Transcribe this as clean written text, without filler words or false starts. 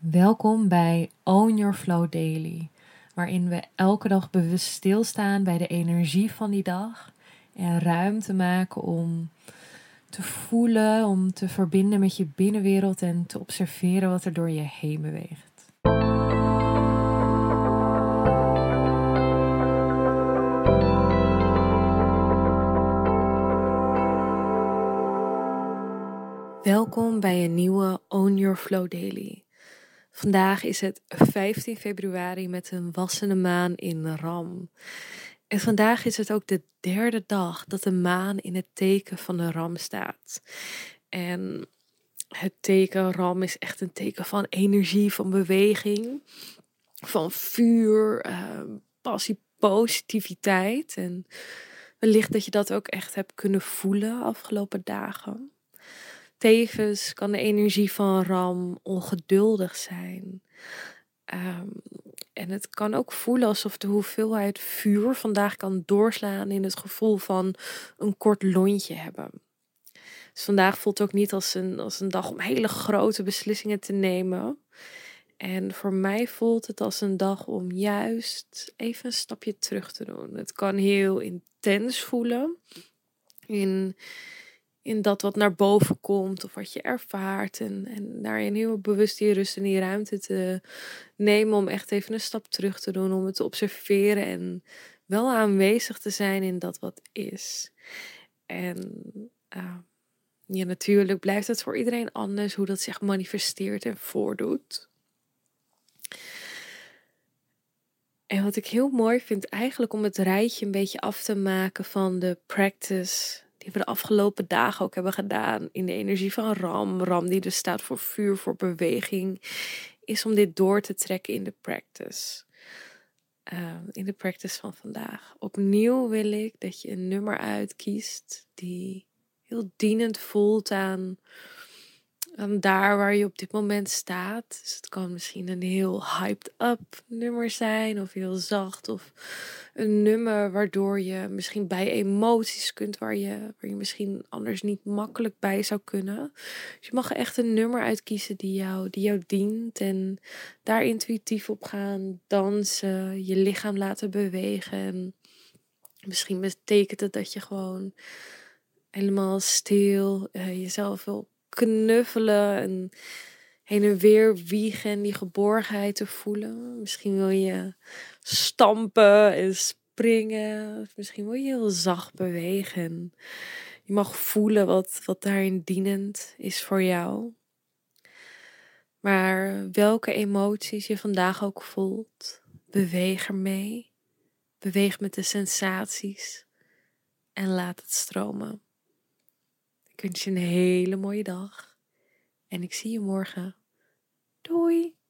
Welkom bij Own Your Flow Daily, waarin we elke dag bewust stilstaan bij de energie van die dag en ruimte maken om te voelen, om te verbinden met je binnenwereld en te observeren wat er door je heen beweegt. Welkom bij een nieuwe Own Your Flow Daily. Vandaag is het 15 februari met een wassende maan in Ram. En vandaag is het ook de derde dag dat de maan in het teken van de Ram staat. En het teken Ram is echt een teken van energie, van beweging, van vuur, passie, positiviteit. En wellicht dat je dat ook echt hebt kunnen voelen afgelopen dagen. Tevens kan de energie van Ram ongeduldig zijn. En het kan ook voelen alsof de hoeveelheid vuur vandaag kan doorslaan in het gevoel van een kort lontje hebben. Dus vandaag voelt ook niet als een dag om hele grote beslissingen te nemen. En voor mij voelt het als een dag om juist even een stapje terug te doen. Het kan heel intens voelen in dat wat naar boven komt of wat je ervaart. En daarin heel bewust die rust en die ruimte te nemen om echt even een stap terug te doen. Om het te observeren en wel aanwezig te zijn in dat wat is. En ja, natuurlijk blijft het voor iedereen anders hoe dat zich manifesteert en voordoet. En wat ik heel mooi vind eigenlijk om het rijtje een beetje af te maken van de practice die we de afgelopen dagen ook hebben gedaan in de energie van Ram. Ram die dus staat voor vuur, voor beweging, is om dit door te trekken in de practice. In de practice van vandaag. Opnieuw wil ik dat je een nummer uitkiest die heel dienend voelt aan daar waar je op dit moment staat. Dus het kan misschien een heel hyped up nummer zijn of heel zacht of een nummer waardoor je misschien bij emoties kunt waar je misschien anders niet makkelijk bij zou kunnen. Dus je mag echt een nummer uitkiezen die jou dient en daar intuïtief op gaan dansen, je lichaam laten bewegen. En misschien betekent het dat je gewoon helemaal stil jezelf wil knuffelen en heen en weer wiegen en die geborgenheid te voelen. Misschien wil je stampen en springen. Of misschien wil je heel zacht bewegen. Je mag voelen wat daarin dienend is voor jou. Maar welke emoties je vandaag ook voelt, beweeg ermee. Beweeg met de sensaties en laat het stromen. Ik wens je een hele mooie dag en ik zie je morgen. Doei!